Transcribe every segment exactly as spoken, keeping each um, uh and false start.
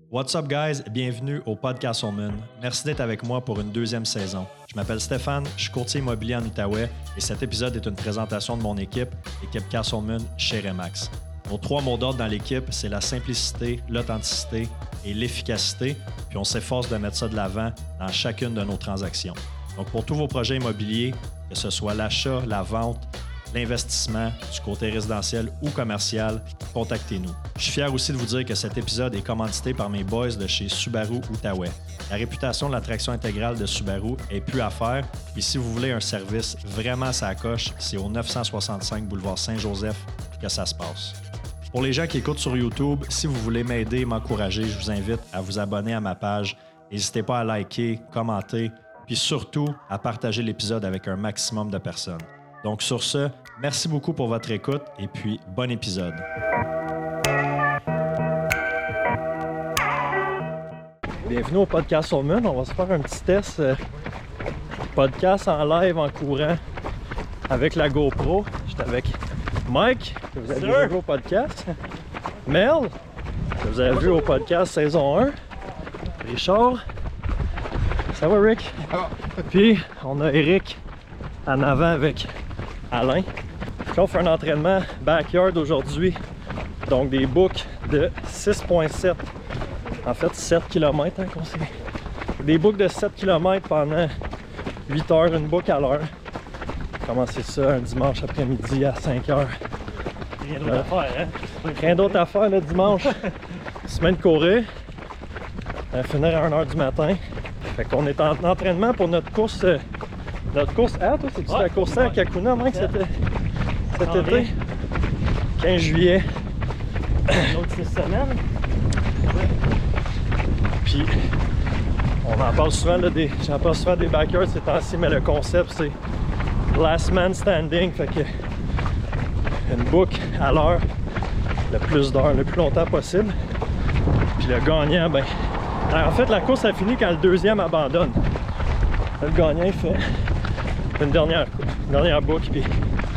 What's up guys, bienvenue au Podcastleman. Merci d'être avec moi pour une deuxième saison. Je m'appelle Stéphane, je suis courtier immobilier en Outaouais et cet épisode est une présentation de mon équipe, l'équipe Castleman chez Remax. Nos trois mots d'ordre dans l'équipe, c'est la simplicité, l'authenticité et l'efficacité, puis on s'efforce de mettre ça de l'avant dans chacune de nos transactions. Donc pour tous vos projets immobiliers, que ce soit l'achat, la vente, l'investissement, du côté résidentiel ou commercial, contactez-nous. Je suis fier aussi de vous dire que cet épisode est commandité par mes boys de chez Subaru Outaouais. La réputation de la traction intégrale de Subaru est plus à faire, et si vous voulez un service vraiment sa coche, c'est au neuf cent soixante-cinq boulevard Saint-Joseph que ça se passe. Pour les gens qui écoutent sur YouTube, si vous voulez m'aider et m'encourager, je vous invite à vous abonner à ma page. N'hésitez pas à liker, commenter, puis surtout à partager l'épisode avec un maximum de personnes. Donc sur ce, merci beaucoup pour votre écoute et puis bon épisode. Bienvenue au Podcastleman. On va se faire un petit test euh, podcast en live en courant avec la GoPro. J'étais avec Mike, que vous avez déjà vu au podcast. Mel, que vous avez vu au podcast saison un. Richard. Ça va Rick? Puis on a Eric en avant avec Alain. Là, on fait un entraînement backyard aujourd'hui. Donc des boucles de six virgule sept. En fait, sept kilomètres. Hein, qu'on sait. Des boucles de sept kilomètres pendant huit heures, une boucle à l'heure. Commencer ça un dimanche après-midi à cinq heures. Rien d'autre euh, à faire, hein? Rien d'autre à faire le dimanche. Semaine de courir. À finir à une heure du matin. Fait qu'on est en entraînement pour notre course. Euh, Notre course à, toi, c'est-tu ouais, la course à ouais. Kakuna, Mike, cet, cet Ah, été? quinze juillet. L'autre six semaines. Puis, on en parle souvent, là, des, j'en parle souvent des backers ces temps-ci, mais le concept, c'est last man standing. Fait que une boucle à l'heure, le plus d'heures, le plus longtemps possible. Puis le gagnant, ben, alors, en fait, la course a fini quand le deuxième abandonne. Là, le gagnant, il fait une dernière, une dernière boucle, puis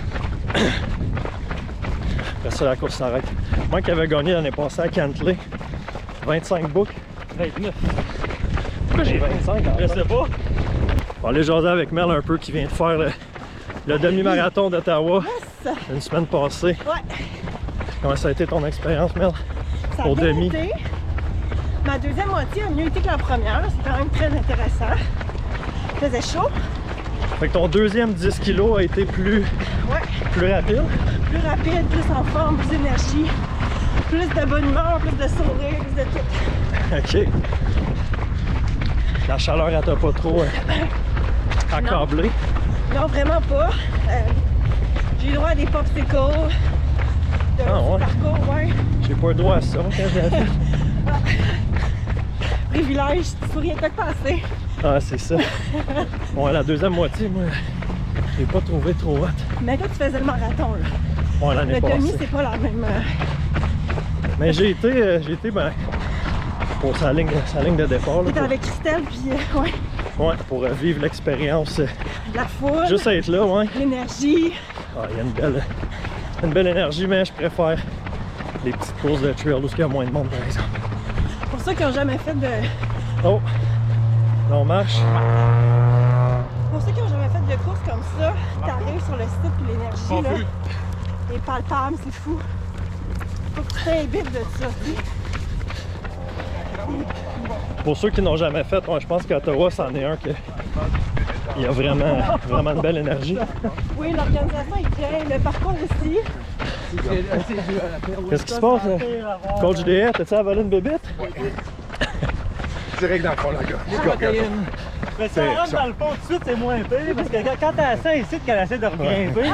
après ça, la course s'arrête. Moi qui avais gagné l'année passée à Cantley, vingt-cinq boucles. vingt-neuf. Pourquoi j'ai vingt-cinq? Je sais pas. On va aller jaser avec Mel un peu, qui vient de faire le, le demi-marathon d'Ottawa Yes. une semaine passée. Ouais. Comment ça a été ton expérience, Mel? Ça a Au bien demi. été. Ma deuxième moitié a mieux été que la première. C'est quand même très intéressant. Il faisait chaud. Fait que ton deuxième dix kilos a été plus, Ouais. plus rapide. Plus rapide, plus en forme, plus d'énergie, plus de bonne humeur, plus de sourire, plus de tout. OK. La chaleur, elle t'a pas trop euh, accablé. Non, vraiment pas. Euh, j'ai eu droit à des popsicles de Ah, ouais. parcours, ouais. J'ai pas eu droit à ça quand j'ai fait. Privilège, tu rien que passer. Ah, c'est ça. Bon, la deuxième moitié, moi, j'ai pas trouvé trop hot. Mais toi, tu faisais le marathon, là. Bon, l'année Le demi, passée. c'est pas la même. euh, Mais j'ai été, euh, j'ai été, ben, pour sa ligne, sa ligne de départ. Là, T'étais pour, avec Christelle, puis euh, ouais, ouais, pour euh, vivre l'expérience. euh, la foule, juste être là, ouais. l'énergie. Ah, il y a une belle, une belle énergie, mais je préfère les petites courses de trail où il y a moins de monde, par exemple. Pour ceux qui n'ont jamais fait de. Oh! Là, on marche. Pour ceux qui n'ont jamais fait de course comme ça, t'arrives sur le site puis l'énergie là, est palpable, c'est fou. Faut que tu t'invites de ça. Pour ceux qui n'ont jamais fait, ouais, je pense qu'Ottawa, c'en est un que il y a vraiment, vraiment une belle énergie. Oui, l'organisation est bien, le parcours aussi. Qu'est-ce qui se passe? Là? Coach D R, t'as-tu avalé une bébite? Direct dans le fond, là, gars. Mais si on rentre dans le fond tout de suite, c'est moins pire. Parce que quand, quand t'as assez ici, qu'elle essaie de regrimper.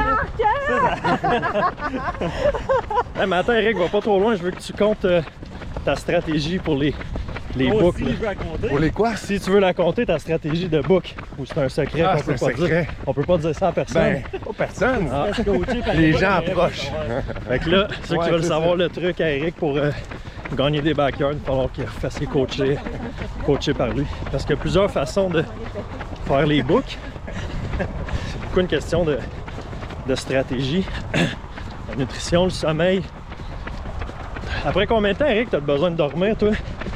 Hey, mais attends, Eric, va pas trop loin. Je veux que tu comptes euh, ta stratégie pour les, les Moi boucles. aussi, là. je veux raconter. Pour les quoi? Si tu veux la compter, ta stratégie de boucle, ou c'est un secret Ah, qu'on peut c'est un pas dire. secret. On peut pas dire ça à personne. Ben, pas personne. Ah. Je suis coaché par Les les gens gars, approchent. ouais. Fait que là, ceux Ouais, qui veulent c'est savoir ça. le truc à Eric pour euh, gagner des backyards, il va falloir qu'il fasse les coacher, coacher par lui. Parce qu'il y a plusieurs façons de faire les boucles. C'est beaucoup une question de, de stratégie. La nutrition, le sommeil. Après combien de temps, Eric, tu as besoin de dormir, toi?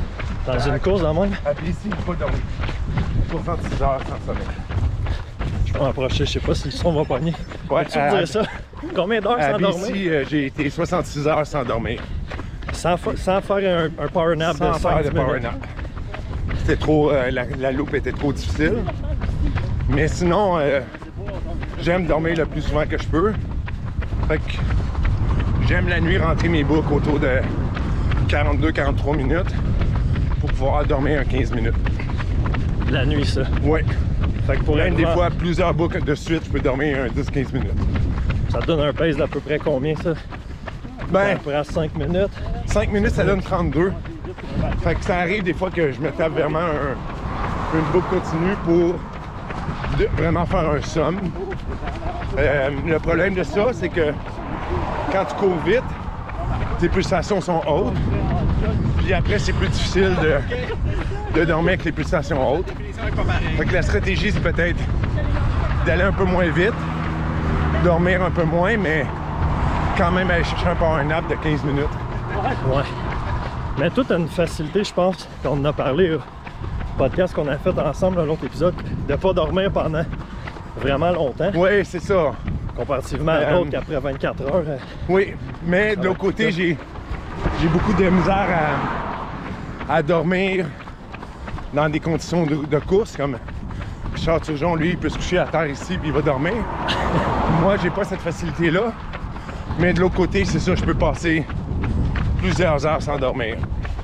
Dans une course dans même? À B C, pas dormi. soixante-six heures sans sommeil. Je vais m'approcher, je sais pas si le son va pogner. Ouais, tu me dirais ça? Combien d'heures à sans B dormir? C, euh, j'ai été soixante-six heures sans dormir. Sans, fa sans faire un, un power nap Sans de faire cinq de power minutes. nap. C'était trop... Euh, la, la loupe était trop difficile. Mais sinon, euh, j'aime dormir le plus souvent que je peux. Fait que j'aime la nuit rentrer mes boucles autour de quarante-deux à quarante-trois minutes pour pouvoir dormir un quinze minutes. La nuit, ça. Ouais. Fait que pour Même des être- fois, plusieurs boucles de suite, je peux dormir un dix à quinze minutes. Ça te donne un pace d'à peu près combien, ça? Ben, À peu près cinq minutes. cinq minutes, ça donne trente-deux. Fait que ça arrive des fois que je me tape vraiment un- une boucle continue pour de- vraiment faire un somme. Euh, le problème de ça, c'est que quand tu cours vite, tes pulsations sont hautes. Puis après, c'est plus difficile de, de dormir avec les pulsations hautes. Fait que la stratégie, c'est peut-être d'aller un peu moins vite, dormir un peu moins, mais quand même aller chercher un power nap de quinze minutes. Ouais. Mais toi, t'as une facilité, je pense, qu'on en a parlé au podcast qu'on a fait ensemble dans l'autre épisode, de pas dormir pendant vraiment longtemps, Oui, c'est ça. comparativement à Euh, d'autres qu'après vingt-quatre heures. euh, Oui, mais de l'autre côté, j'ai j'ai beaucoup de misère à, à dormir dans des conditions de, de course, comme Richard Turgeon, lui, il peut se coucher à terre ici puis il va dormir. Moi, j'ai pas cette facilité-là. Mais de l'autre côté, c'est ça, je peux passer plusieurs heures sans dormir.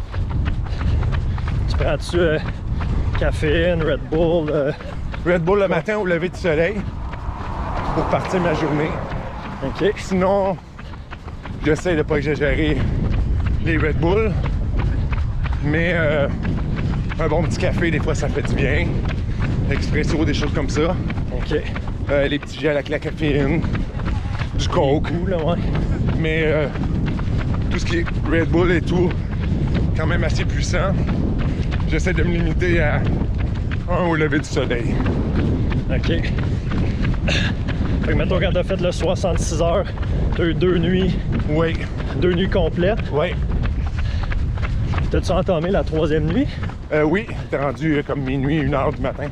Tu prends-tu euh, caféine, Red Bull? euh, Red Bull le matin au lever du soleil pour partir ma journée. OK. Sinon, j'essaie de pas exagérer les Red Bull, mais euh, un bon petit café, des fois, ça fait du bien. Expresso, des choses comme ça. OK. Euh, les petits gels avec la caféine, du coke. Cool, là, ouais. Mais euh, tout ce qui est Red Bull et tout, quand même assez puissant. J'essaie de me limiter à un au lever du soleil. OK. Fait que mettons, quand t'as fait le soixante-six heures, t'as eu deux nuits, Oui, deux nuits complètes. oui. T'as-tu entamé la troisième nuit? Euh, oui, t'es rendu euh, comme minuit, une heure du matin.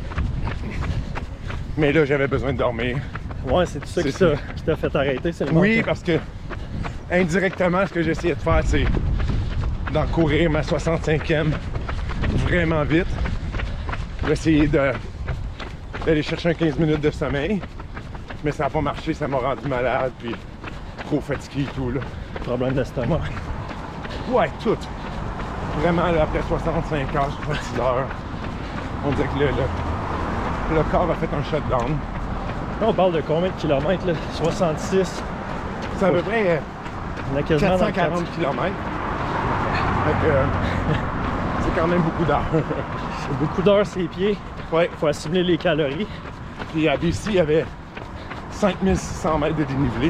Mais là, j'avais besoin de dormir. Ouais, c'est tout ça C'est qui t'a ça. qui t'a fait arrêter, c'est le Oui, mental. parce que indirectement, ce que j'essayais de faire, c'est d'en courir ma soixante-cinquième vraiment vite. Pour essayer de d'aller chercher un quinze minutes de sommeil. Mais ça n'a pas marché, ça m'a rendu malade, puis trop fatigué et tout, là. Problème d'estomac. Ouais, tout. Vraiment, là, après soixante-cinq heures, soixante-six heures, on dirait que le, le, le corps a fait un shutdown. Là, on parle de combien de kilomètres, là? soixante-six. C'est à peu près euh, On a quasiment quatre dans cent le quarante kilomètres. Fait que, euh, c'est quand même beaucoup d'heures. C'est beaucoup d'heures sur les pieds. Ouais. Il faut assimiler les calories. Puis à B C, il y avait cinq mille six cents mètres de dénivelé.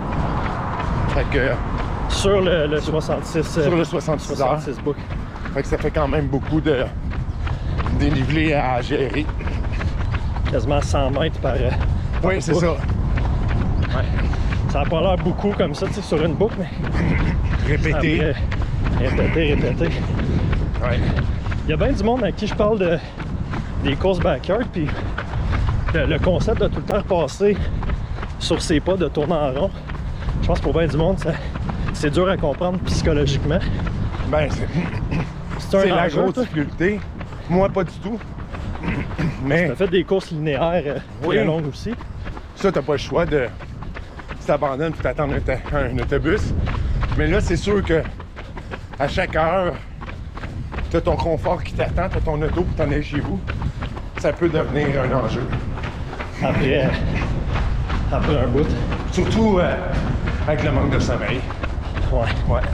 Fait que, Sur le, le soixante-six, sur le soixante-six heures. soixante-six book. Fait que ça fait quand même beaucoup de dénivelé à gérer. Quasiment cent mètres par. euh, par Oui, c'est book. ça. Ouais. Ça n'a pas l'air beaucoup comme ça, tu sais, sur une boucle, mais. Répéter. Après, répéter, répéter. Ouais. Il y a bien du monde à qui je parle de, des courses backyard, puis le, le concept de tout le temps repasser sur ses pas, de tourner en rond. Je pense que pour bien du monde, ça- c'est dur à comprendre psychologiquement. Ben, c'est C'est un c'est la enjeu, grosse toi. difficulté. Moi, pas du tout. Mais T'as fait des courses linéaires euh, Oui. très longues aussi. ça, t'as pas le choix de... Tu t'abandonnes puis t'attends un, auto- un autobus. Mais là, c'est sûr que à chaque heure, t'as ton confort qui t'attend, t'as ton auto pour t'en aller chez vous. Ça peut devenir un enjeu. Après, après un bout. Surtout euh, avec le manque de sommeil. Ouais. Ouais.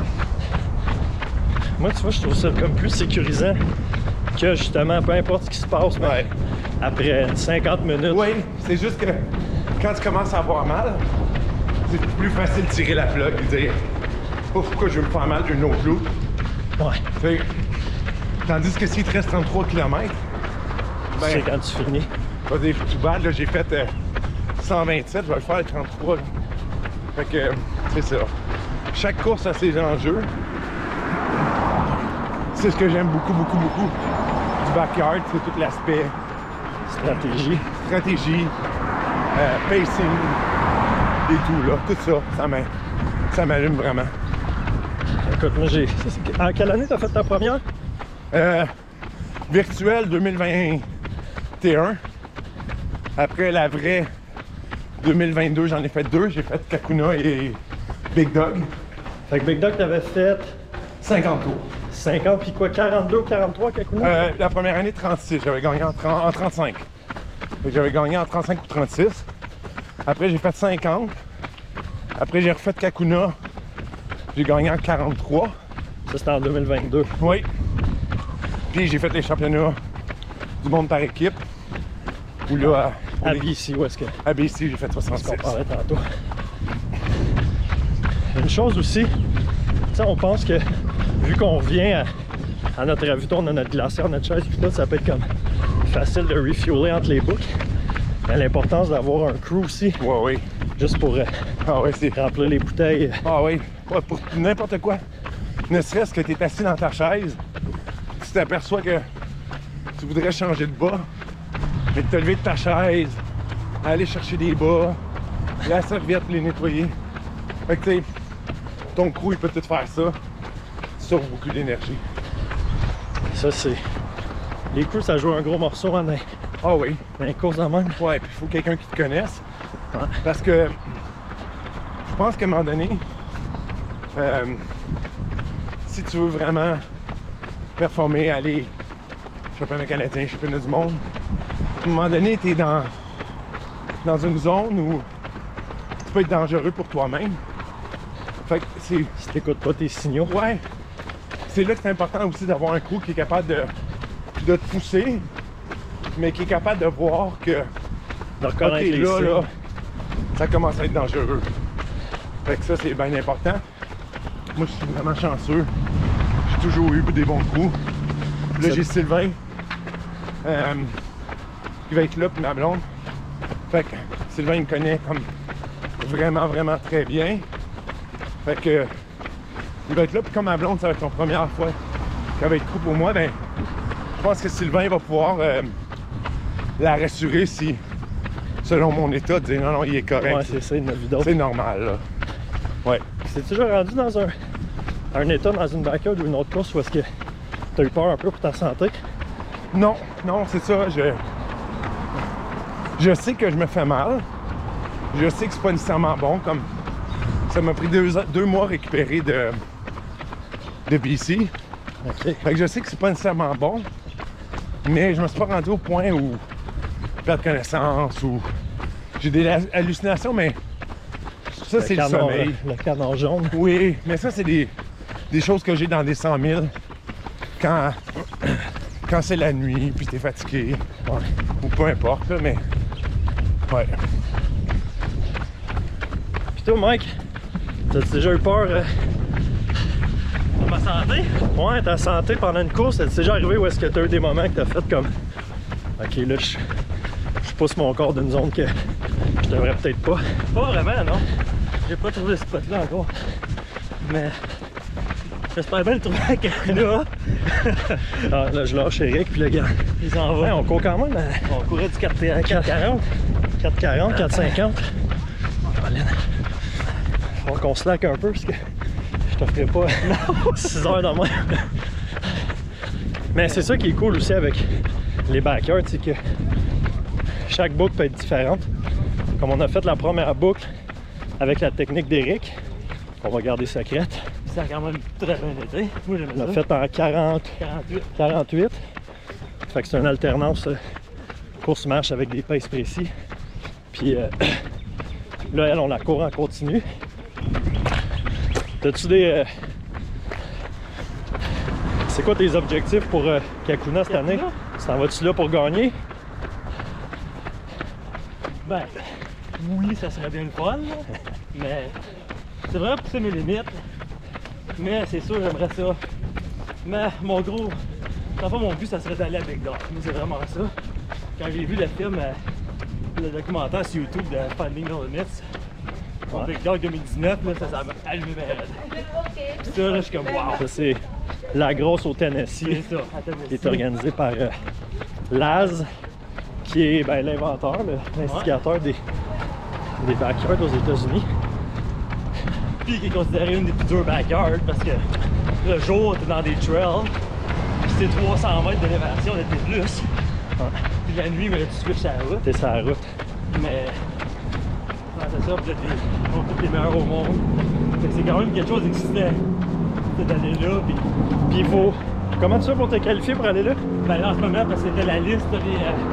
Moi, tu vois, je trouve ça comme plus sécurisant que justement, peu importe ce qui se passe, mais Ouais. après cinquante minutes. Oui, c'est juste que quand tu commences à avoir mal, c'est plus facile de tirer la plug et dire « Oh, pourquoi je vais me faire mal une autre loupe? Ouais. » Fait que, tandis que s'il te reste trente-trois kilomètres, Tu sais ben, quand tu finis. pas des tout bad, là, j'ai fait euh, cent vingt-sept, je vais le faire à trente-trois. là. Fait que, euh, c'est ça. Chaque course a ses enjeux. c'est ce que j'aime beaucoup, beaucoup, beaucoup du backyard, c'est tout l'aspect Stratégie. stratégie, euh, pacing et tout, là. Tout ça, ça m'a- ça m'allume vraiment. Écoute, moi j'ai. ça, c'est- En quelle année t'as fait ta première? Euh, virtuel deux mille vingt et un. Après la vraie deux mille vingt-deux, j'en ai fait deux. J'ai fait Kakuna et Big Dog. Fait que Big Dog t'avais fait cinquante tours. cinquante puis quoi, quarante-deux ou quarante-trois Kakuna? Euh, la première année, trente-six. J'avais gagné en, trente en trente-cinq. Fait que J'avais gagné en trente-cinq ou trente-six. Après, j'ai fait cinquante. Après, j'ai refait Kakuna. J'ai gagné en quarante-trois. Ça c'était en deux mille vingt-deux. Oui. Puis j'ai fait les championnats du monde par équipe. Où là, à, À B C, où est-ce que à B C, j'ai fait on soixante-six. parlait tantôt. Une chose aussi, tu sais, on pense que vu qu'on vient à, à notre avion, on a notre glacière, notre chaise, tout ça, ça peut être comme facile de refueler entre les boucles. Mais l'importance d'avoir un crew aussi, Ouais, oui. juste pour euh, Ah oui, c'est. remplir les bouteilles. Ah oui. Ouais, pour n'importe quoi. Ne serait-ce que tu es assis dans ta chaise, tu t'aperçois que tu voudrais changer de bas, mais te lever de ta chaise, aller chercher des bas, la serviette pour les nettoyer. Fait que tu sais, ton crew il peut tout faire ça. Tu sauves beaucoup d'énergie. Ça, c'est. Les crews, ça joue un gros morceau en dans Ah oui. les courses en même. Ouais, puis il faut quelqu'un qui te connaisse. Ouais. Parce que je pense qu'à un moment donné, euh, si tu veux vraiment performer, aller championnat canadien, championnat du monde, à un moment donné, tu es dans, dans une zone où tu peux être dangereux pour toi-même. Fait que c'est. Si t'écoutes pas tes signaux. Ouais. C'est là que c'est important aussi d'avoir un crew qui est capable de, de te pousser, mais qui est capable de voir que De reconnaître OK, les là, signes. là, ça commence à être dangereux. Fait que ça, c'est bien important. Moi, je suis vraiment chanceux. J'ai toujours eu des bons coups. Là, Ça- j'ai Sylvain. euh, qui va être là, puis ma blonde. Fait que Sylvain, il me connaît comme vraiment, vraiment très bien. Fait que il va être là, puis comme ma blonde, ça va être son première fois qu'elle va être coup pour moi, ben, je pense que Sylvain va pouvoir euh, la rassurer si, selon mon état, de dire non, non, il est correct. Ouais, c'est ça, une vie d'autre. C'est normal, là. Ouais. C'est toujours rendu dans un, un état, dans une backyard ou une autre course où est-ce que t'as eu peur un peu pour ta santé? Non, non, c'est ça. Je, je sais que je me fais mal. Je sais que c'est pas nécessairement bon. Comme ça m'a pris deux, deux mois à récupérer de, de B C. OK. Fait que je sais que c'est pas nécessairement bon. Mais je me suis pas rendu au point où je perds connaissance ou j'ai des hallucinations, mais ça, c'est le canon, sommeil. Le canon jaune. Oui, mais ça, c'est des, des choses que j'ai dans des cent mille quand, quand c'est la nuit, puis t'es fatigué, Ouais. ou peu importe, là, mais ouais. Puis toi, Mike, t'as déjà eu peur euh, Pour ma santé? ouais, ta santé pendant une course? T'es déjà arrivé où est-ce que t'as eu des moments que t'as fait comme OK, là, je, je pousse mon corps d'une zone que je devrais peut-être pas. Pas vraiment, non. J'ai pas trouvé ce spot-là encore. Mais j'espère bien le trouver à Kakuna. Ah, là, je lâche Eric, puis le gars. Il s'en va. Ouais, on court quand même à On courait du quatre quarante. quatre quarante, quatre cinquante. Faut qu'on slack un peu parce que je te ferai pas six heures dans moi. Mais c'est ça qui est cool aussi avec les backyards, c'est que chaque boucle peut être différente. Comme on a fait la première boucle avec la technique d'Eric, qu'on va garder secrète. Ça a quand même très bien été. Moi, j'aime On l'a ça. fait en quarante, quarante-huit. quarante-huit. Fait que c'est une alternance euh, course-marche avec des paces précis. Puis euh, là, elle, on la court en continu. T'as-tu des... euh, C'est quoi tes objectifs pour euh, Kakuna cette année? Kakuna? Tu t'en vas-tu là pour gagner? Ben, oui, ça serait bien le fun, là. Mais c'est vraiment pousser mes limites. Mais c'est sûr, j'aimerais ça. Mais mon gros, dans le fond, mon but, ça serait d'aller à Big Dog. Mais c'est vraiment ça. Quand j'ai vu le film, euh, le documentaire sur YouTube de Finding No Limits, pour Ouais. Big Dog deux mille dix-neuf, là, ça, ça m'a allumé ma raide. Puis ça, là, je suis comme wow. Ça, c'est la grosse au Tennessee, C'est ça, à Tennessee. qui est organisée par euh, Laz, qui est ben, l'inventeur, le- l'instigateur des, des backyards aux États-Unis. Puis qui est considéré une des plus dures backyards parce que le jour, t'es dans des trails, puis c'est trois cents mètres d'élévation, d'été plus. Ouais. Puis la nuit, mais là, tu switches à la route. T'es sur la route. Mais. Ouais, c'est ça, puis là, t'es- ils sont tous les meilleurs au monde. Fait que c'est quand même quelque chose d'excitant d'aller là. Puis, Puis il faut. Comment tu fais pour te qualifier pour aller là? ben là, en ce moment, parce que c'était la liste, t'as les. Euh,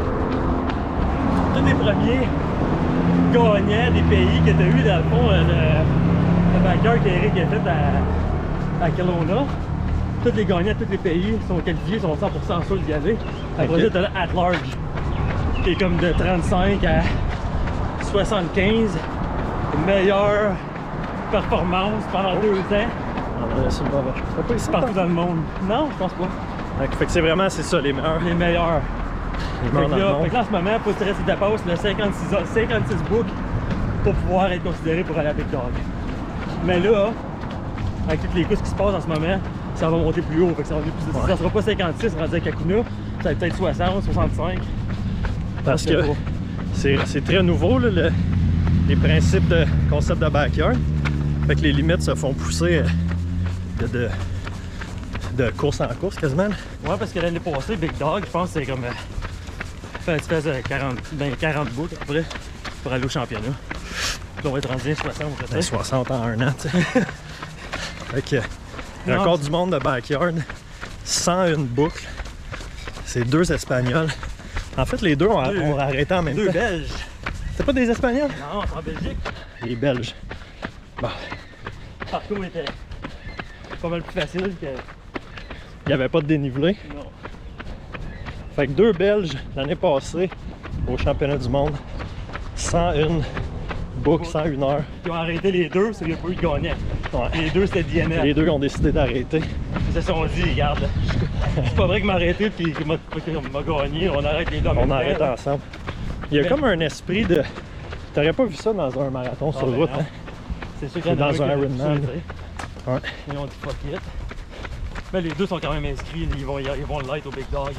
tous les premiers gagnants des pays que t'as eu dans le fond, euh, le, le backer qu'Eric a fait à, à Kelowna. Tous les gagnants de tous les pays sont qualifiés, sont cent pour cent sûrs d'y aller. Après Ok. ça, t'as le At Large, qui est comme de trente-cinq à soixante-quinze. Meilleure performance pendant deux ans Ah, là, c'est le mauvais. C'est pas ici partout dans le monde. Non, je pense pas. Donc, fait que c'est vraiment, c'est ça, les meilleurs. Les meilleurs. Les Fait meilleurs que, dans le là, monde. fait que là, en ce moment, il faut tirer si tu dépasses le cinquante-six, a- cinquante-six book pour pouvoir être considéré pour aller à Big Dog. Mais là, avec toutes les courses qui se passent en ce moment, ça va monter plus haut. Fait que ça, va aller plus, Ouais. ça sera pas cinquante-six rendu à Kakuna, ça va peut-être soixante, soixante-cinq. Parce Je sais que pas. c'est c'est très nouveau, là, le- les principes de concept de backyard. Fait que les limites se font pousser euh, de, de, de course en course quasiment. Ouais, parce que l'année passée, Big Dog, je pense que c'est comme. Euh, fallait que tu fasses euh, quarante, ben, quarante bouts à peu près pour aller au championnat. Puis là, on va être rendu à soixante Ben, peut-être. soixante en un an, tu sais. Fait que Non. record du monde de backyard, cent une boucles. C'est deux Espagnols. En fait, les deux ont, Deux. ont arrêté en même Deux temps. Belges. C'était pas des Espagnols? Non, c'est en Belgique. Les Belges. Bon, Le parcours était pas mal plus facile que. il n'y avait pas de dénivelé. Non. Fait que deux Belges l'année passée au championnat du monde, cent une boucles, cent une heures. Ils ont arrêté les deux, c'est qu'il n'y a pas eu de gagnant. Ouais. Les deux, c'était D N F. Les deux ont décidé d'arrêter. Ils se sont dit, regarde, là, c'est pas vrai que m'a arrêté puis qu'il m'a qu'il m'a gagné, on arrête les deux en même On temps, arrête là. ensemble. Il y a Mais- comme un esprit de. T'aurais pas vu ça dans un marathon Ah, sur ben route, non. hein? C'est sûr qu'il y en a Dans un qui un a fait Ironman. ça, tu sais. Ouais. Ils ont dit fuck it. Mais les deux sont quand même inscrits, ils vont, ils vont l'être au Big Dog.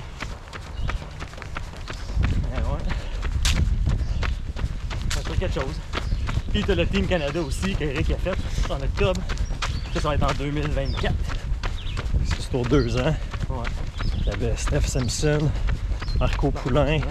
Ben ouais. Ça fait quelque chose. Puis t'as le Team Canada aussi qu'Eric a fait en octobre. Ça, ça va être en deux mille vingt-quatre. C'est sur deux ans. Ouais. Il y avait Steph Simpson, Marco Poulain, Ouais, ouais.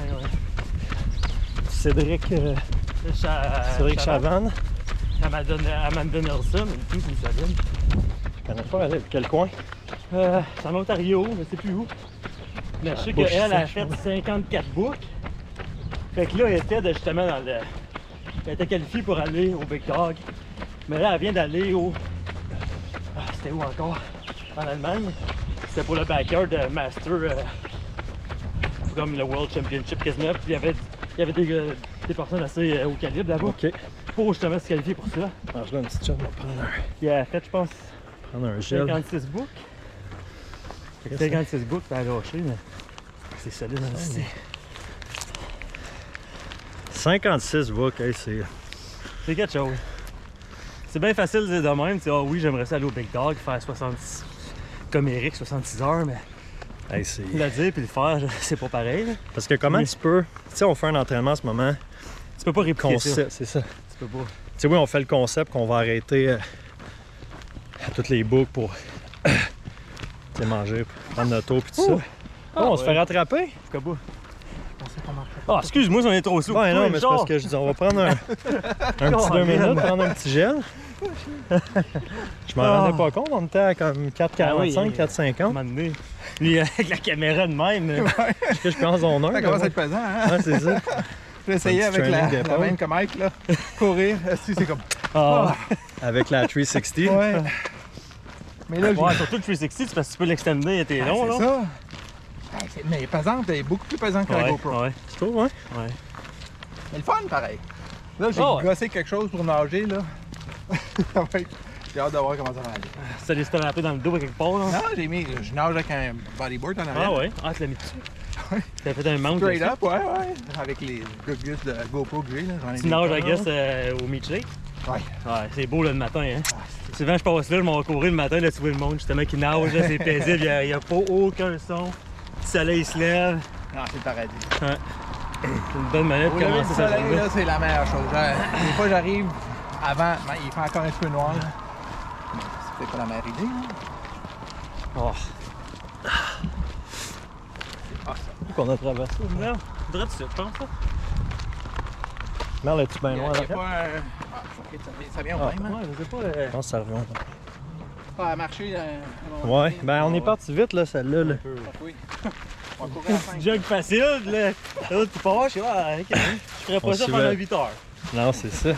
Cédric, euh, Cha- Cédric Chavannes, Chavannes. Amanda, Amanda Nelson, et tout, c'est une solide. Je connais pas, elle est de quel coin? Euh, c'est en Ontario, je sais plus où. Mais je sais bouche qu'elle a sèche, fait ouais. cinquante-quatre books. Fait que là, elle était de- justement dans le. Elle était qualifiée pour aller au Big Dog. Mais là, elle vient d'aller au. Ah, c'était où encore? En Allemagne. C'était pour le backyard de Master. euh, Comme le World Championship quasiment. Puis il y avait, il y avait des, euh, des personnes assez euh, haut calibre là-bas. Ok. Pour justement se qualifier pour ça. Alors je donne une petite shot, on va prendre un, Puis elle a fait, je pense, prendre un gel. cinquante-six books. cinquante-six books, puis elle a lâché, mais c'est solide dans le style. cinquante-six books, hey, c'est. C'est quelque chose. C'est bien facile de dire de même, tu sais, ah oui, j'aimerais ça aller au Big Dog, faire soixante-six, comme Eric, soixante-six heures, mais Hey, c'est... le dire puis le faire, c'est pas pareil. Là. Parce que comment Oui. tu peux. Tu sais, on fait un entraînement en ce moment. Tu peux pas répliquer ça. Concept, c'est ça. Tu peux pas. Tu sais, oui, on fait le concept qu'on va arrêter euh, à toutes les boucles pour tu sais, manger, prendre notre eau puis tout ça. Ouh. Oh, on Ah, se ouais. fait rattraper? Tu peux pas. Ah, excuse-moi si on est trop sous. Ouais, non, Toi, mais c'est genre, parce que je dis, on va prendre un, un petit deux Colin. minutes, prendre un petit gel. Je m'en Ah. rendais pas compte, on était à comme quatre quarante-cinq, Ah oui. quatre à un cinquante. moment donné, lui, avec la caméra de même. euh, Est-ce que je pense en heure? Ça commence à être pesant, hein? Ouais, c'est ça. J'ai essayé Un petit avec la, training la d'épaule. même que Mike, là. Courir. Si, c'est comme. Ah. Avec la trois cent soixante. Ouais. Mais là, j'ai. Ouais, surtout le trois cent soixante, c'est parce que tu peux l'extender, il était Ah, long, c'est là. ça. Ah, c'est- mais pesante, elle est beaucoup plus pesante que la Ouais, GoPro. ouais, Tu trouves, ouais? ouais. Mais le fun, pareil. Là, j'ai Ah ouais. gossé quelque chose pour nager, là. Ça va être- J'ai hâte de voir comment ça va aller. Ça les strapper dans le dos à quelque part, là. Non, j'ai mis. Je nage avec un bodyboard en arrière. Ah ouais? Ah, tu l'as mis dessus. Ouais. T'as fait un mount Straight dessus. up, ouais, ouais. Avec les good gifts de GoPro que j'ai, là. J'en ai Tu des nages, tonnes, I guess, euh, au Meat Lake. Ouais. Ouais, c'est beau là, le matin, hein. Souvent, je passe là, je m'en vais courir le matin, là, tu vois le monde, justement, qui nage, là, c'est paisible, il n'y a, a pas aucun son. Le soleil se lève. Non, c'est le paradis. Ouais. C'est une bonne manette Au de lever commencer du sa soleil, journée. là, c'est la meilleure chose. Je- Des fois, j'arrive avant, ben, il fait encore un petit peu noir. Là. Mais c'est peut-être pas la meilleure idée. Hein? Oh. Ah, ça. Qu'on a traversé. Non, faudrait que tu je pense, là. Merde, es-tu bien Il y a- loin il y a là? pas un... Ah, ok, ça, vient- ça vient au Ah, même. Hein? Ouais, je sais pas. euh, Je pense que ça revient. Pas à marcher. Euh, à un moment Ouais, donné. ben on est parti vite là, celle-là. Là. un peu. Ah, oui. On va courir à cinq. Jog facile, là. Là, tu pars, je sais pas, ah, ok. Je ferais pas On ça s'y pendant va. huit heures. Non, c'est ça.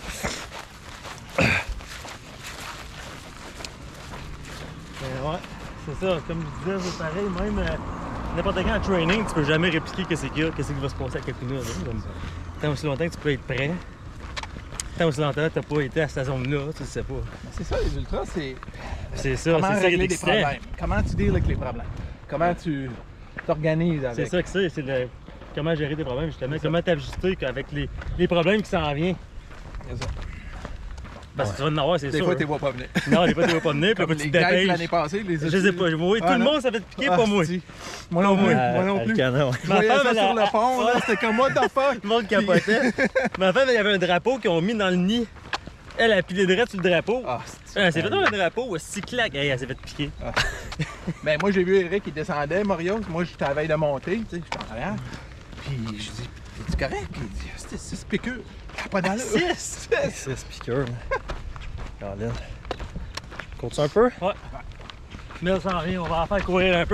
Mais ouais, c'est ça. Comme je disais, c'est pareil, même euh, n'importe quand en training, tu peux jamais répliquer qu'est-ce qu'il y a, qu'est-ce qui va se passer à Kakuna. Là. Comme, tant aussi longtemps que tu peux être prêt, tant aussi longtemps que tu n'as pas été à cette zone-là, tu le sais pas. C'est ça, les ultras, c'est C'est ça, comment c'est ça qui est régler des extrait. problèmes. Comment tu deals avec les problèmes. Comment tu t'organises avec. C'est ça que c'est, c'est le, comment gérer des problèmes, justement. Comment t'ajuster avec les, les problèmes qui s'en viennent. C'est ça. Parce que tu vas en avoir, c'est Des sûr. fois, tu vois pas venir. Non, des fois, tu vas pas venir, puis Comme après, tu les te gars dépêches. l'année passée, les Je sais pas, oui, tout Ah, le non? monde s'est fait piquer, Ah, pas moi. si. Moi non plus. Euh, Moi non le plus. canon. Je Ma voyais femme, ça elle sur a- le pont, là, Ouais. c'était comme what the fuck. Tout le monde capotait. Ma femme, il y avait un drapeau qu'ils ont mis dans le nid. Elle a pilé direct sur le drapeau. Ah, c'est- Elle s'est fait dans le drapeau, si claque, hey, elle s'est fait piquer. Ben moi j'ai vu Eric qui descendait, Mario. Moi j'étais à la veille de monter, tu sais, j'étais en arrière. Puis je dis, t'es-tu correct? Il dit, c'était six piqûres. Ça a pas d'allure. six? C'est speaker. Caroline. Cours-tu un peu? Mel s'en vient, on va en faire courir un peu.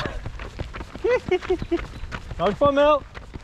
Change pas, Mel!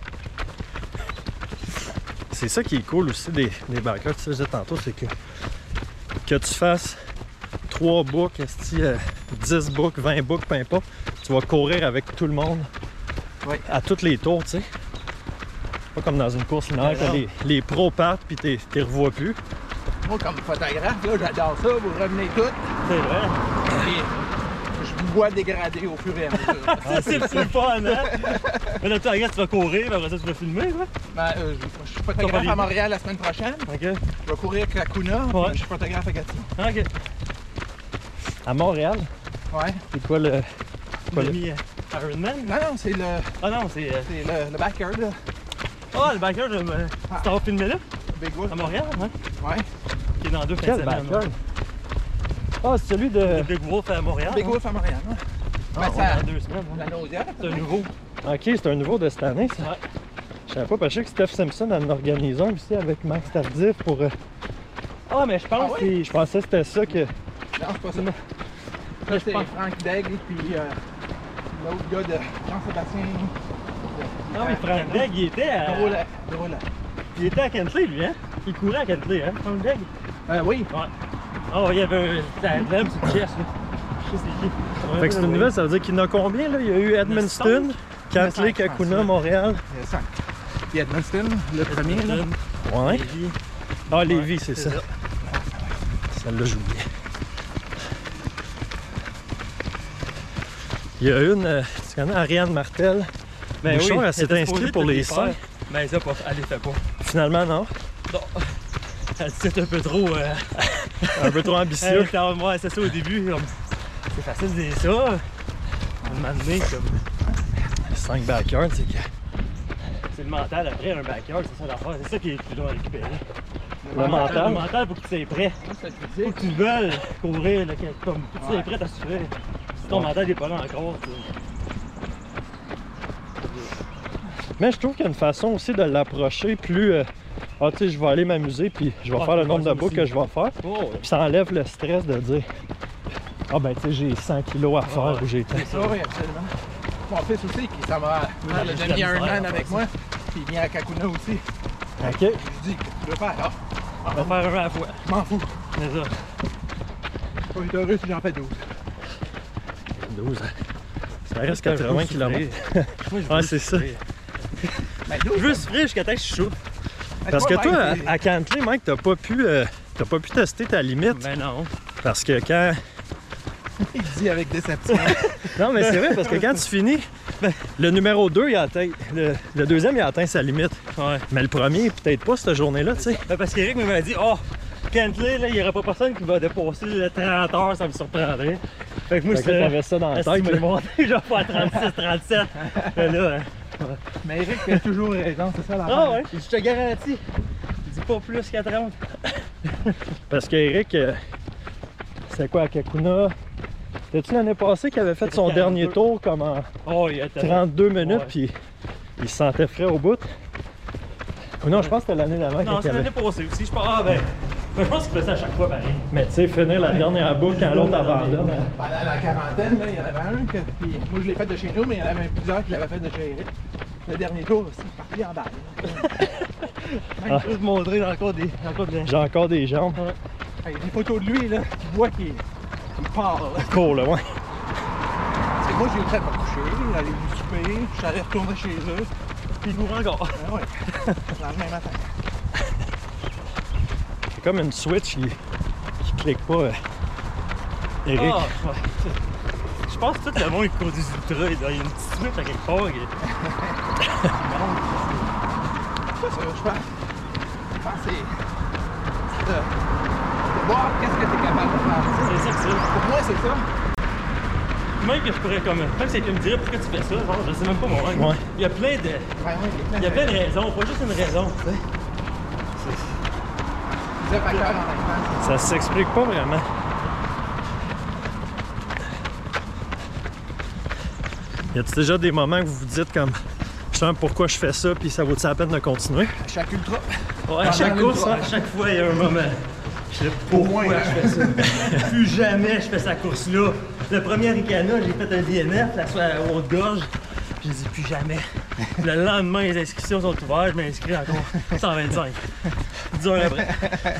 C'est ça qui est cool aussi des, des bikers, tu sais, je disais tantôt, c'est que que tu fasses trois boucles, esti, euh, dix boucles, vingt boucles, peu importe, tu vas courir avec tout le monde Oui. à tous les tours, tu sais. Pas comme dans une course linéaire, que les, les pros partent puis t'es t'es revois plus. Moi comme photographe, là, j'adore ça, vous revenez toutes. C'est vrai. Puis je vous vois dégrader au fur et à mesure. Ça, c'est le plus fun, hein? Mais là, tu regardes, tu vas courir, puis après ça, tu vas filmer, quoi. Ben, euh, je, je suis T'as pas photographe les- à Montréal la semaine prochaine. Ok. Je vais courir avec Kakuna, Ouais. puis je suis photographe à Gatineau. Ok. À Montréal, Ouais. c'est quoi le. Quoi, Tu le- mis euh, Ironman? Non, non, c'est le, Ah non, c'est. euh, c'est le, le backyard, là. Ah, le backer, je me. Ah. Tu t'en vas filmer là? Big Wolf. À Montréal, hein? Ouais. Qui est dans deux fins Quel de semaine. backyard? Ah, c'est celui de. Le Big Wolf à Montréal. Big hein? Wolf à Montréal, ouais. Ah, Ben, on ça- est dans deux semaines. hein? La nausière. C'est un nouveau. Ok, c'est un nouveau de cette année, ça. Ouais. Je savais pas, parce que je sais que Steph Simpson en organise un aussi avec Max Tardif pour. euh, Ah, mais je pense Ah ouais? que c'est. Je pensais que c'était ça que. Non, c'est pas ça. Ça, c'est pense- Franck Daigle et puis euh, l'autre gars de Jean-Sébastien. Ah oui, Frank Degg, il était à. Drôle, drôle. Il était à Kentley, lui, hein? Il courait à Kentley, hein? Frank Degg? Euh, oui. Ouais. Oh, il y avait un. Un emblème sur le chest, là. Je sais c'est qui. Ouais, Fait que c'est ouais, une ouais. nouvelle, ça veut dire qu'il y en a combien là? Il y a eu Edmundston, Cantley, cinq, Kakuna, cinq. Montréal. Il y a cinq. Il y a Edmundston, le premier. Là. Ouais. Lévis. Ah, Lévis, c'est c'est ça. ça. Celle-là, j'ai oublié. Il y a une, euh, tu connais Ariane Martel. Ben Bouchard, oui, elle s'est était inscrite supposée pour de les les seins. faire. Ben ça, pas, elle les fait pas. Finalement, non. Non. Elle dit c'est un peu trop. Euh... Un peu trop ambitieux. elle était en moi, c'est ça au début. Comme... C'est facile de dire ça. Un moment donné, comme. cinq backyards, c'est que. C'est le mental après un backyard, c'est ça l'affaire. C'est ça qui est plus long à récupérer. Le mental. Le mental, faut que tu sois prêt. C'est Faut physique. que tu veuilles courir, là, que- comme, faut que tu sois Ouais. prêt à suivre. Si ton mental n'est pas là encore, tu... Mais je trouve qu'il y a une façon aussi de l'approcher plus. euh, Ah, tu sais, je vais aller m'amuser, puis je vais Ouais, faire le tu nombre vas de ça boucles aussi. que je vais faire. Oh, ouais. Puis ça enlève le stress de dire ah, ben, tu sais, j'ai cent kilos à faire Ouais. ou j'ai tant. Ah oui, absolument. Mon fils aussi, qui s'en va faire le j'ai de la demi-Ironman misère à avec faire moi. Puis il vient à Kakuna aussi. Ok. Je lui dis, qu'est-ce que tu veux faire? Ah, On va faire un à la fois. je m'en fous. C'est ça. Je vais être heureux si j'en fais douze. douze. Ça reste quatre-vingts kilomètres. Moi, je Ouais, veux c'est ça. souffrir. Mais douze, Je veux souffrir jusqu'à temps que je suis chaud. Parce que toi, Mike, à, à Cantley, Mike, t'as pas pu. euh, t'as pas pu tester ta limite. Ben non. Parce que quand. il dit avec déception. Non, mais c'est vrai, parce que quand tu finis, ben, le numéro deux, il a atteint. Le, le deuxième, il a atteint sa limite. Ouais. Mais le premier, peut-être pas cette journée-là, tu sais. Ben parce qu'Éric m'avait dit, oh, Kentley, là, il n'y aurait pas personne qui va dépasser le trente heures, ça me surprendrait. Fait que moi, Fait que je t'avais ça dans la tête, je là. monté, je vais faire trente-six trente-sept. Mais là, hein. Mais Eric a toujours raison, c'est ça la Ah ouais, je te garantis. Dis pas plus qu'à trente. Parce qu'Eric, euh, c'est quoi à Kakuna? C'était-tu l'année passée qu'il avait fait son quarante-deux. dernier tour comme en Oh, il y a tellement- trente-deux minutes, Ouais. puis il se sentait frais au bout? Ou non, je pense que c'était l'année d'avant Non, qu'il c'est avait... l'année passée aussi. Je pense, ah ben, ben, je pense qu'il fait ça à chaque fois pareil. Mais tu sais, finir la dernière boucle quand l'autre abandonne. Pendant la quarantaine, là, il y en avait un que. Puis moi, je l'ai fait de chez nous, mais il y en avait plusieurs qui l'avaient fait de chez Eric. Le dernier tour aussi, parti en balle. Ah. Je vais te montrer encore des. Encore des... J'ai encore des jambes. Il y a des photos de lui, là, tu vois qu'il il part. Là. Cool, là, ouais. Parce que moi, j'ai eu le temps de me coucher, aller lui souper, je suis allé retourner chez eux. Puis il court encore. Ah ouais, le lendemain matin. C'est comme une switch qui, qui clique pas. euh, Eric. Ah, ouais. Je pense que tout le monde qui court des ultras, il y a une petite switch à quelque part. qui- C'est ça, je pense. Je pense que c'est. c'est de, de voir qu'est-ce que tu es capable de faire. C'est ça que c'est. Pour moi, c'est ça. Même que je pourrais comme. Même si quelqu'un me dirait pourquoi tu fais ça, genre, je sais même pas moi. Ouais. Il y a plein de. Ouais, ouais, Il y a plein de raisons, pas juste une raison, tu sais. Plusieurs facteurs en même temps. Ça s'explique pas vraiment. Y a-t-il déjà des moments que vous vous dites comme je sais pourquoi je fais ça puis ça vaut-il la peine de continuer? À chaque ultra. Ouais, à chaque Pendant course, l'ultra. à chaque fois, il y a un moment. Je sais pourquoi Au moins, je fais ça. Plus jamais je fais cette course-là. Le premier Ricana, j'ai fait un D N F, la soirée à Haute-Gorge. J'ai dit plus jamais. Le lendemain, les inscriptions sont ouvertes, je m'inscris encore cent vingt-cinq. dix heures après.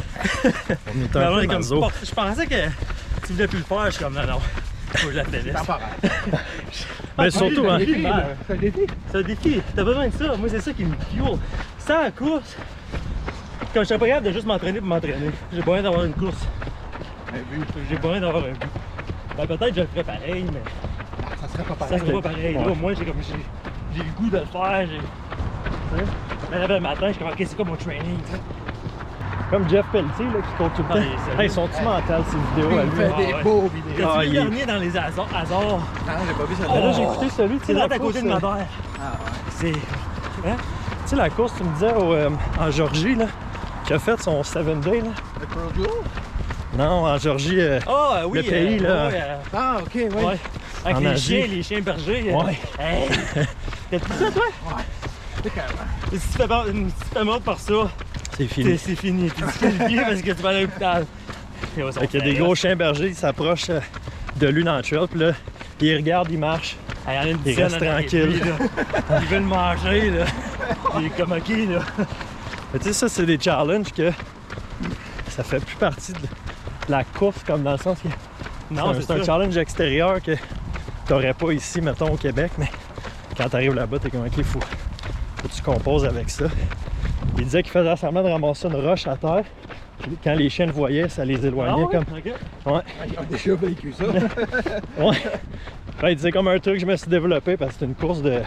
On est Mais un on peu est dans comme, le zoo. bon, je pensais que tu voulais plus le faire, je suis comme non, non. Faut que je la finisse. Temporaire. Mais surtout, hein, C'est un défi, là. C'est un défi. C'est un défi, t'as besoin de ça. Moi, c'est ça qui me fuel. Sans la course, quand je serais pas capable de juste m'entraîner pour m'entraîner, j'ai besoin d'avoir une course. Un but. J'ai besoin d'avoir un but. Ben, peut-être que je le ferais pareil, mais Ça serait pas ça pareil. serait pas pareil. Là, Ouais. au moins, j'ai comme j'ai, j'ai le goût de le faire. J'ai... Tu sais? Mais là, le matin, je suis comme, ok, c'est quoi mon training? tu sais? comme Jeff Pelletier là, qui court tout le Ah, temps. il est sérieux. Hey, sont-tu mentales ces vidéos à Il lui? fait Ah, des ouais. beaux vidéos. T'as-tu Ah, vu il le est- dernier dans les hasards? hasards? Non, j'ai pas vu ça. Ben là, j'ai Oh! écouté celui, tu sais, C'est la là à côté course, de ma euh, terre. Ah, C'est. Hein? Tu sais, la course, tu me disais, au, euh, en Georgie, là, qui a fait son seven day, là. ouais. Le Pearl Jewel? Non, en Georgie, euh, Ah oui, Le pays, euh, là. ouais, euh, Ah, ok, oui. ouais. Avec En les Asie. chiens, les chiens bergers. euh, Ouais. Hey! T'as tout ça, toi? C'est carrément. Et si tu fais, par- si tu fais mordre par ça, c'est c'est, fini. c'est fini. Tu es disqualifié parce que tu vas aller à l'hôpital. Et ouais, ça Fait qu'il y a fait des gros chiens bergers, ils s'approchent euh, de lui dans le trail, puis là, ils regardent, ils marchent. Ah, il y en a une Il dizaine reste en arrière de tranquille. lui, là. Ils veulent manger, là. Il est comme ok, là. Mais tu sais, ça, c'est des challenges que ça fait plus partie de la course, comme dans le sens que Non, c'est, c'est, c'est un ça. challenge extérieur que t'aurais pas ici, mettons, au Québec, mais quand t'arrives là-bas, t'es comme, ok, faut, faut que tu composes avec ça. Il disait qu'il faisait semblant de ramasser une roche à terre. Puis quand les chiens le voyaient, ça les Ah éloignait ouais? comme. Ok. Ouais. Ah, ils ont déjà vécu ça. Ouais. Ben, il disait comme un truc que je me suis développé parce que c'est une course de.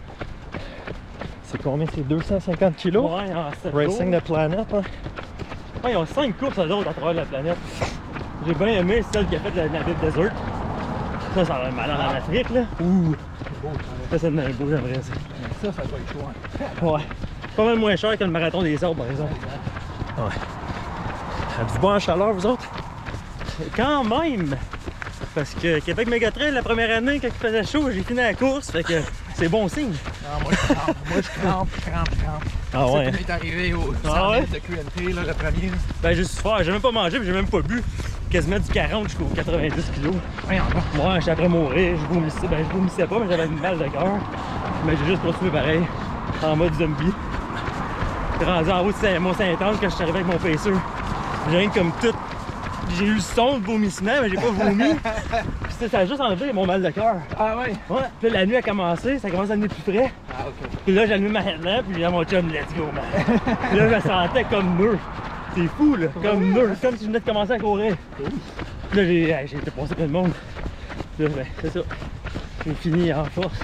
C'est combien? C'est deux cent cinquante kilos? Ouais, en sept Racing jours. the Planet, hein? Ouais, ils ont cinq courses à l'autre à travers la planète. J'ai bien aimé celle qui a fait la Namib Desert. Ça, ça va être malin en Afrique, là. Ouh! Ça, c'est un beau, j'aimerais ça. Ça, ça doit être loin. Ouais. Pas mal moins cher que le marathon des arbres, par exemple. Êtes-vous bon en chaleur, vous autres? Quand même! Parce que Québec Mégatrail, la première année, quand il faisait chaud, j'ai fini la course, fait que c'est bon signe. Non, moi, je crampe. Moi, je crampe, je crampe, je crampe. Ah ouais? C'est est arrivé au Ah cent ouais? mètres de Q N T, là, le premier. là. Ben, j'ai souffert, j'ai même pas mangé, puis j'ai même pas bu. Quasiment du quarante jusqu'au quatre-vingt-dix kilos. Voyons donc. Moi, j'étais après mourir, je vomissais, ben, je vomissais pas, mais j'avais une balle de cœur. Mais j'ai juste continué pareil, en mode zombie. J'ai rendu en haut de Saint- Mont-Saint-Anne quand je suis arrivé avec mon pacer. J'ai rien comme tout. J'ai eu le son de vomissement, mais j'ai pas vomi. Puis ça, ça a juste enlevé mon mal de cœur. Ah ouais? Ouais. Puis là, la nuit a commencé, ça commence à devenir plus frais. Ah, ok. Puis là, j'ai allumé ma headlamp, puis j'ai dit à mon chum, let's go, man. Puis là, je me sentais comme nœud. C'est fou, là, comme nœud, comme si je venais de commencer à courir. Puis là, j'ai hey, j'ai été passé plein de monde. Puis là, ben, c'est ça. J'ai fini en force.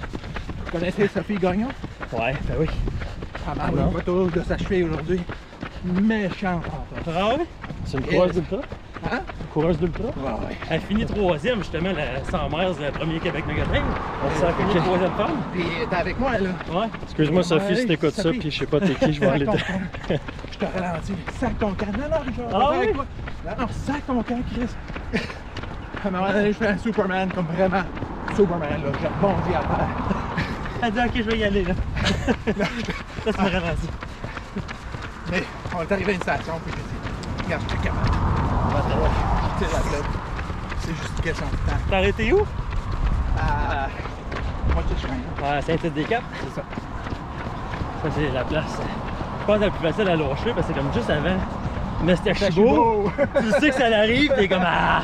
Vous connaissez Sophie Gagnon? Ouais, ben oui. Ah, ben, oui, pas toujours de s'achever aujourd'hui. méchante rencontre. Ah ouais? C'est une coureuse d'ultra? Hein? Une coureuse d'ultra? Ouais, ouais. Elle finit troisième, justement, la cent miles, le premier Québec Megatrail. Elle a fini ok. troisième femme. Puis t'es avec moi, là. Ouais. Excuse-moi, Sophie, si Ouais, t'écoutes ça, Sophie. puis je sais pas t'es qui, je vais Sac aller ton te... camp. Je te ralentis. Sac ton camp. Non, non, Richard, Ah pas oui? avec toi. Non, non, sac ton camp, Chris. À un moment donné, je fais un Superman, comme vraiment Superman, là. Je rebondis à terre. Elle dit, ok, je vais y aller, là. Ça, c'est me ralentit. Mais on est arrivé à une station, puis j'ai dit, regarde, je suis capable. Je tire la plug. C'est juste une question de temps. T'as arrêté où? À moitié de chemin, là. À Saint-Tite-des-Caps. C'est ça. Ça, c'est la place. Je pense que la plus facile à lâcher, parce que c'est comme juste avant. Mais c'était C'est Chibo. beau. Tu sais que ça l'arrive, t'es comme ah!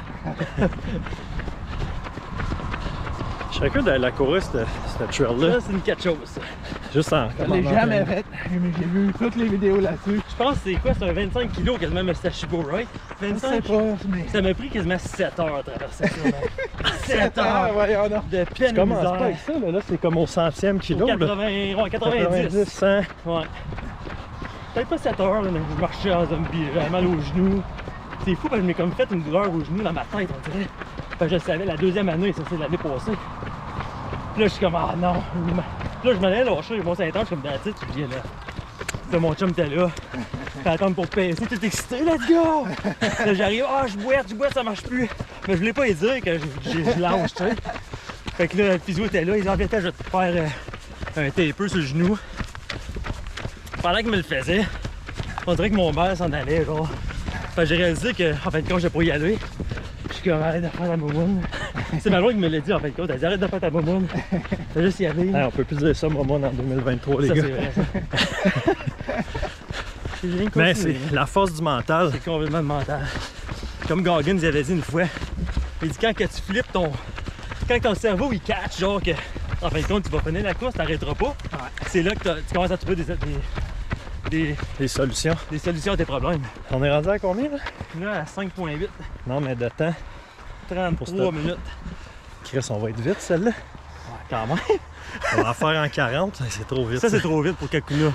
Je serais curieux d'aller la courir, cette, cette trail-là. Ça, c'est une quelque chose. ça. Juste en... Je l'ai jamais fait, mais j'ai vu toutes les vidéos là-dessus. Je pense que c'est quoi? C'est un vingt-cinq kilos quasiment Mustachibo, right? Je sais vingt-cinq? pas, mais... Ça m'a pris quasiment sept heures à traverser ça. man. sept Ah, heures voyons donc. de pleine Tu commences misère. pas avec ça, là, là c'est comme au centième kilo. Au là. quatre-vingts, ouais, quatre-vingt-dix. quatre-vingt-dix, cent. Ouais. Peut-être pas sept heures, là, mais je marchais en zombie, j'avais mal aux genoux. C'est fou parce que je m'ai comme fait une douleur aux genoux dans ma tête, on dirait. Parce que je savais la deuxième année, ça c'est l'année passée. Puis là, je suis comme, ah non. Puis là, je m'en allais lâcher mon Saint-Ange, je suis comme, dans la tête, tu viens là. Puis là, mon chum était là. Puis attendre pour passer, t'es excité, let's go! Là, j'arrive, ah, je boite, je boite, ça marche plus. Mais je voulais pas lui dire que je, je, je lâche, tu sais. Fait que là, le physio était là, il dit, ah, viens, je vais te faire euh, un tapeux sur le genou. Pendant qu'il me le faisait, on dirait que mon père s'en allait, genre. Fait que j'ai réalisé que, en fin de compte, je pas y aller. Je suis comme, arrête de faire la moumoune. C'est ma loi qui me l'a dit, en fin de compte. Elle dit, arrête de faire ta moumoune. Fais juste y aller. Hey, on peut plus dire ça, Momon, en deux mille vingt-trois, les Ça, gars. c'est vrai, ça. J'ai rien Mais continué. c'est la force du mental. C'est complètement mental. Comme Goggins il avait dit une fois, il dit quand que tu flippes ton. Quand ton cerveau il catch, genre que en fin de compte tu vas finir la course, t'arrêteras pas. C'est là que t'as- tu commences à trouver des, des, des, Les solutions. des solutions à tes problèmes. On est rendu à combien, là? Là, à cinq virgule huit, Non, mais de temps. trente-trois stop. minutes. Chris, on va être vite, celle-là. Quand même. On va en faire en quarante, c'est trop vite. Ça, c'est trop vite pour Kakuna.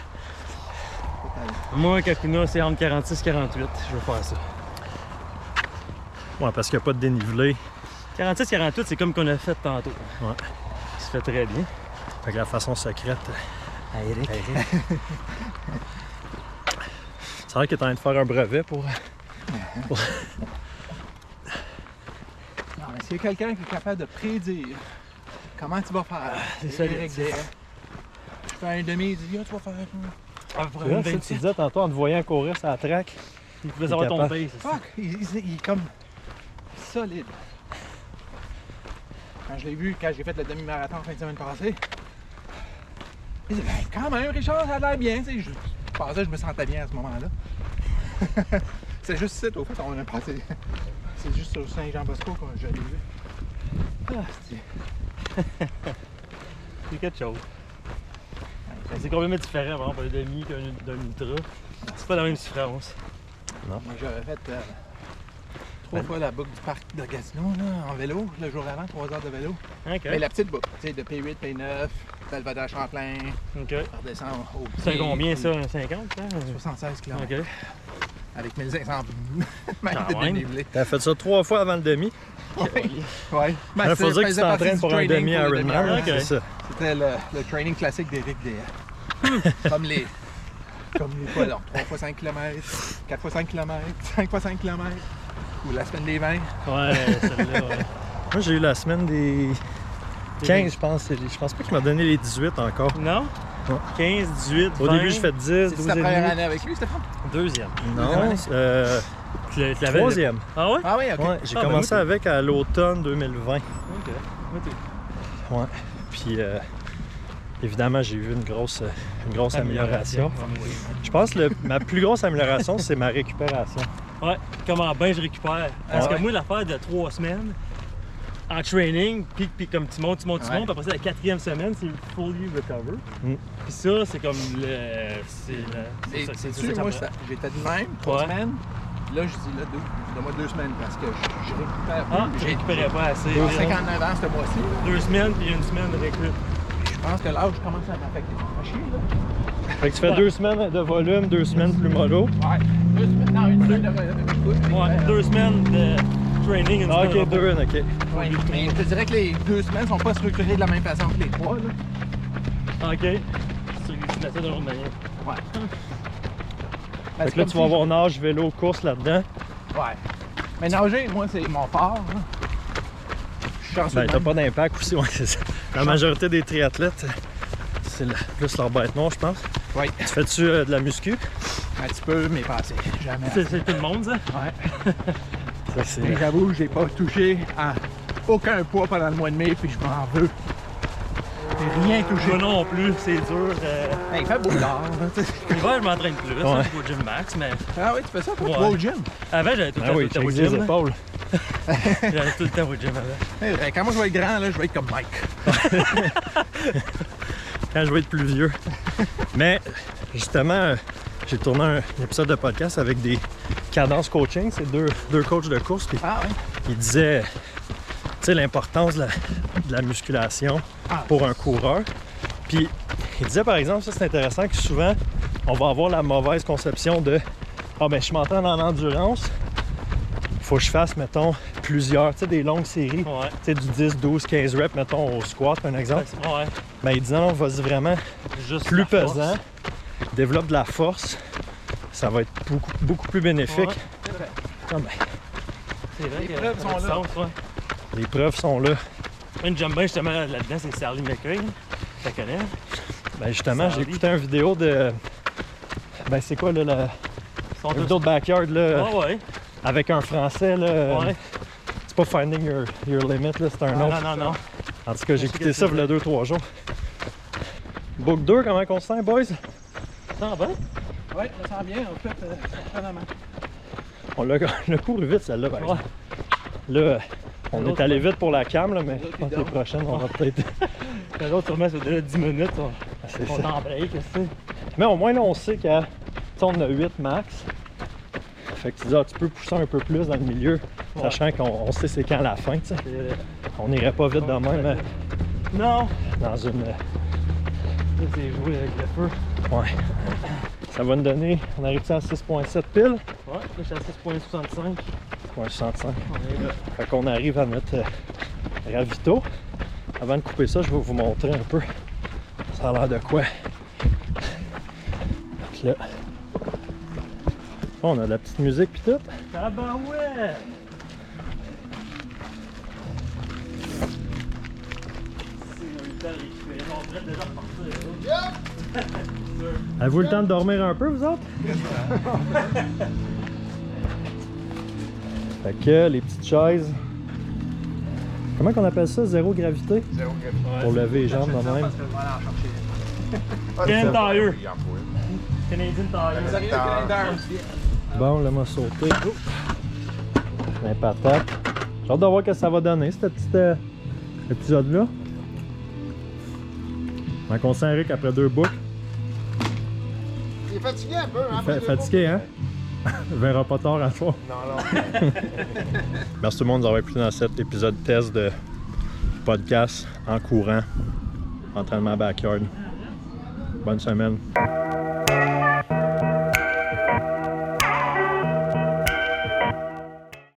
Moi, Kakuna, c'est entre quarante-six et quarante-huit. Je vais faire ça. Ouais, parce qu'il n'y a pas de dénivelé. quarante-six quarante-huit, c'est comme qu'on a fait tantôt. Ouais. Ça se fait très bien. Fait que la façon secrète. À Eric. C'est vrai qu'il est en train de faire un brevet pour. pour... Non, mais s'il y a quelqu'un qui est capable de prédire comment tu vas faire, c'est solide, Eric c'est Desraies. Je fais un demi, il dit, ah, tu vas faire. Ah, pour Tu vois, une ça, tu vingt-six. disais tantôt en te voyant courir sur la track. Il pouvait savoir ton capable. pace. c'est ça. Fuck, il, il- il est comme solide. Quand je l'ai vu, quand j'ai fait le demi-marathon en fin de semaine passée, il dit, ben, quand même, Richard, ça a l'air bien. Tu sais, je, je pensais que je me sentais bien à ce moment-là. C'est juste ça, au fait, on a passé. C'est juste sur Saint-Jean-Bosco que je l'ai vu. Ah, c'est... C'est quelque chose. C'est complètement différent, par exemple, un demi qu'un d'un ultra. C'est pas la même différence. Moi, j'avais fait euh, trois fois la boucle du parc de Gatineau, là, en vélo, le jour avant, trois heures de vélo. Ok. Mais la petite boucle, tu sais, de P huit, P neuf, Belvedere-Champlain, Ok. redescendre au C'est pied, combien ça? Un cinquante? Hein? soixante-seize kilomètres. Ok. Avec mille cinq cents mètres Quand de même. dénivelé. T'as fait ça trois fois avant le demi. Ouais. Ben, Il faut c'est- dire que tu faisait t'entraînes partie du pour un training pour le demi-Ironman. demi-Iron. Ok. C'est ça. C'était le, le training classique d'Éric Desraies. Comme les. Comme les fois, alors, trois fois cinq kilomètres, quatre fois cinq kilomètres, cinq fois cinq kilomètres. Ou la semaine des vingt. Ouais, celle-là, ouais. Moi, j'ai eu la semaine des quinze, je pense. Je pense pas qu'il m'a donné les dix-huit encore. Non? Ouais. quinze, dix-huit, Au vingt. début, je fais dix, C'est douze ta et première demi. année avec lui, Stéphane? Deuxième. Non, euh, Tu l'as- tu l'avais- troisième. Ah ouais? Ah oui, ok. Ouais, j'ai Ah, ben commencé oui. avec à l'automne deux mille vingt. Ok. Ouais, t'es- Ouais. Puis, euh, évidemment, j'ai vu une grosse, une grosse amélioration. Ouais, Je pense que le- ma plus grosse amélioration, c'est ma récupération. Ouais, comment bien je récupère. Parce Ouais. que moi, l'affaire de trois semaines en training, puis, puis comme tu montes, tu montes, tu Ouais. montes, puis après ça, la quatrième semaine, c'est fully recover. Mm. Puis ça, c'est comme le. C'est le- c'est Et ça- c'est ça sais-tu, que ça moi, prend. ça- j'étais de même, trois Ouais. semaines. Puis là, je dis, là, deux, donne-moi deux semaines parce que je, je récupère Ah, plus. je récupérais pas assez. J'ai Deux, cinquante-neuf ans ce mois-ci. deux semaines, puis une semaine de récup. Je Je pense que l'âge commence à m'affecter. Ça fait chier, là. Fait que tu fais deux semaines de volume, deux semaines plus mollo. Ouais. Deux semaines. Non, une semaine de de- Ouais, deux semaines de training, une Ah, semaine ok, de deux, ok. Ouais, mais je te dirais que les deux semaines sont pas structurées de la même façon que les trois, là. repos. Ok. Tu mets ça d'une autre manière. Ouais. Fait que là, tu vas avoir nage, vélo, course là-dedans. Ouais. Mais nager, moi, c'est mon fort, là. Je suis chanceux. Ben, de t'as même. pas d'impact aussi, ouais, c'est ça. La majorité des triathlètes, c'est la- plus leur bête noire, je pense. Oui. Tu fais-tu euh, de la muscu? Un petit peu, mais pas assez. Jamais. C'est c'est tout le monde, ça? Ouais. Ça, c'est... Mais j'avoue, j'ai pas touché à aucun poids pendant le mois de mai, puis je m'en veux. J'ai rien touché. Moi non plus, c'est dur. Euh... Ben, il fait beau dehors, là, tu sais. L'hiver, je m'entraîne plus. Ouais. là, Je vais au gym max, mais Ah oui, tu fais ça, toi? Ouais. Tu vas au gym? avant, j'allais tout le Ah temps, oui, tout le temps au check les gym. là. épaules. J'allais tout le temps au gym avant. Eh, ben, quand moi je vais être grand, là, je vais être comme Mike. Quand je vais être plus vieux. Mais, justement, euh, j'ai tourné un, un épisode de podcast avec des cadences coaching. C'est deux, deux coachs de course. Puis Ah oui? ils disaient, tu sais, l'importance de la, de la musculation Ah. pour un coureur. Puis, il disait, par exemple, ça c'est intéressant, que souvent, on va avoir la mauvaise conception de « Ah ben, je m'entraîne en endurance, faut que je fasse, mettons, plusieurs, tu sais, des longues séries, Ouais. tu sais, du dix, douze, quinze reps, mettons, au squat, un exemple. Ouais. Ben, il disait, non, vas-y vraiment Juste plus la force. pesant, développe de la force, ça va être beaucoup, beaucoup plus bénéfique. Ouais. C'est vrai. Ah ben, C'est vrai Les que preuves ça sont fait du là. sens, ouais. les preuves sont là. Une j'aime bien justement là-dedans, c'est Sally McCoy. Tu la connais? Ben, justement, Ça j'ai arrive. écouté une vidéo de... Ben, c'est quoi, là, la, Ils sont la tous... vidéo de Backyard, là, Ouais, ouais. avec un Français, là. Ouais. C'est pas Finding Your, your Limit, là, c'est un Ah, autre. non, non, non. En tout cas, j'ai Je sais écouté que ça c'est il y a deux trois jours. Book deux, comment on se sent, boys? Ça va bien? Oui, ça sent bien, en fait, euh, surprenamment. On l'a on l'a couru vite, celle-là, par Ouais. exemple. Là, on Les est autres, allé ouais. vite pour la cam, là, mais Les autres, je pense ils que les dorment. prochaines, on va peut-être... Les autres, sûrement, c'est déjà dix minutes. On, Ah, c'est on ça. t'en break, qu'est-ce que c'est? Mais au moins, là, on sait qu'à... Tu sais, on a huit max. Fait que tu dis, ah, tu peux pousser un peu plus dans le milieu, Ouais. sachant qu'on on sait c'est quand la fin, tu sais. C'est- On n'irait pas vite de même euh, Non! dans une... euh, Ça, c'est jouer avec le feu. Ouais. Ça va nous donner... On arrive à six virgule sept piles? Ouais, là, je suis à six virgule soixante-cinq. six virgule soixante-cinq. On est là. Fait qu'on arrive à notre euh, ravito. Avant de couper ça, je vais vous montrer un peu. Ça a l'air de quoi. Donc là... Oh, on a de la petite musique pis tout. Ah ben ouais! Avez-vous le temps de dormir un peu, vous autres? Fait que les petites chaises. Comment qu'on appelle ça? Zéro gravité? Zéro gravité. Pour lever les jambes de même. Parce que je vais aller en chercher. Ken Tire. Il en faut une. Canadian Tire. Vous avez le calendar aussi. Bon, là, m'a sauté. Un patate. J'ai hâte de voir ce que ça va donner, ce petit euh, épisode-là. Donc, on sent Eric après deux boucles. Il est fatigué un peu, hein? Fa- fatigué, hein? Je verrai pas tard à soir. Non, non. Merci tout le monde d'avoir écouté dans cet épisode test de podcast en courant, entraînement backyard. Bonne semaine.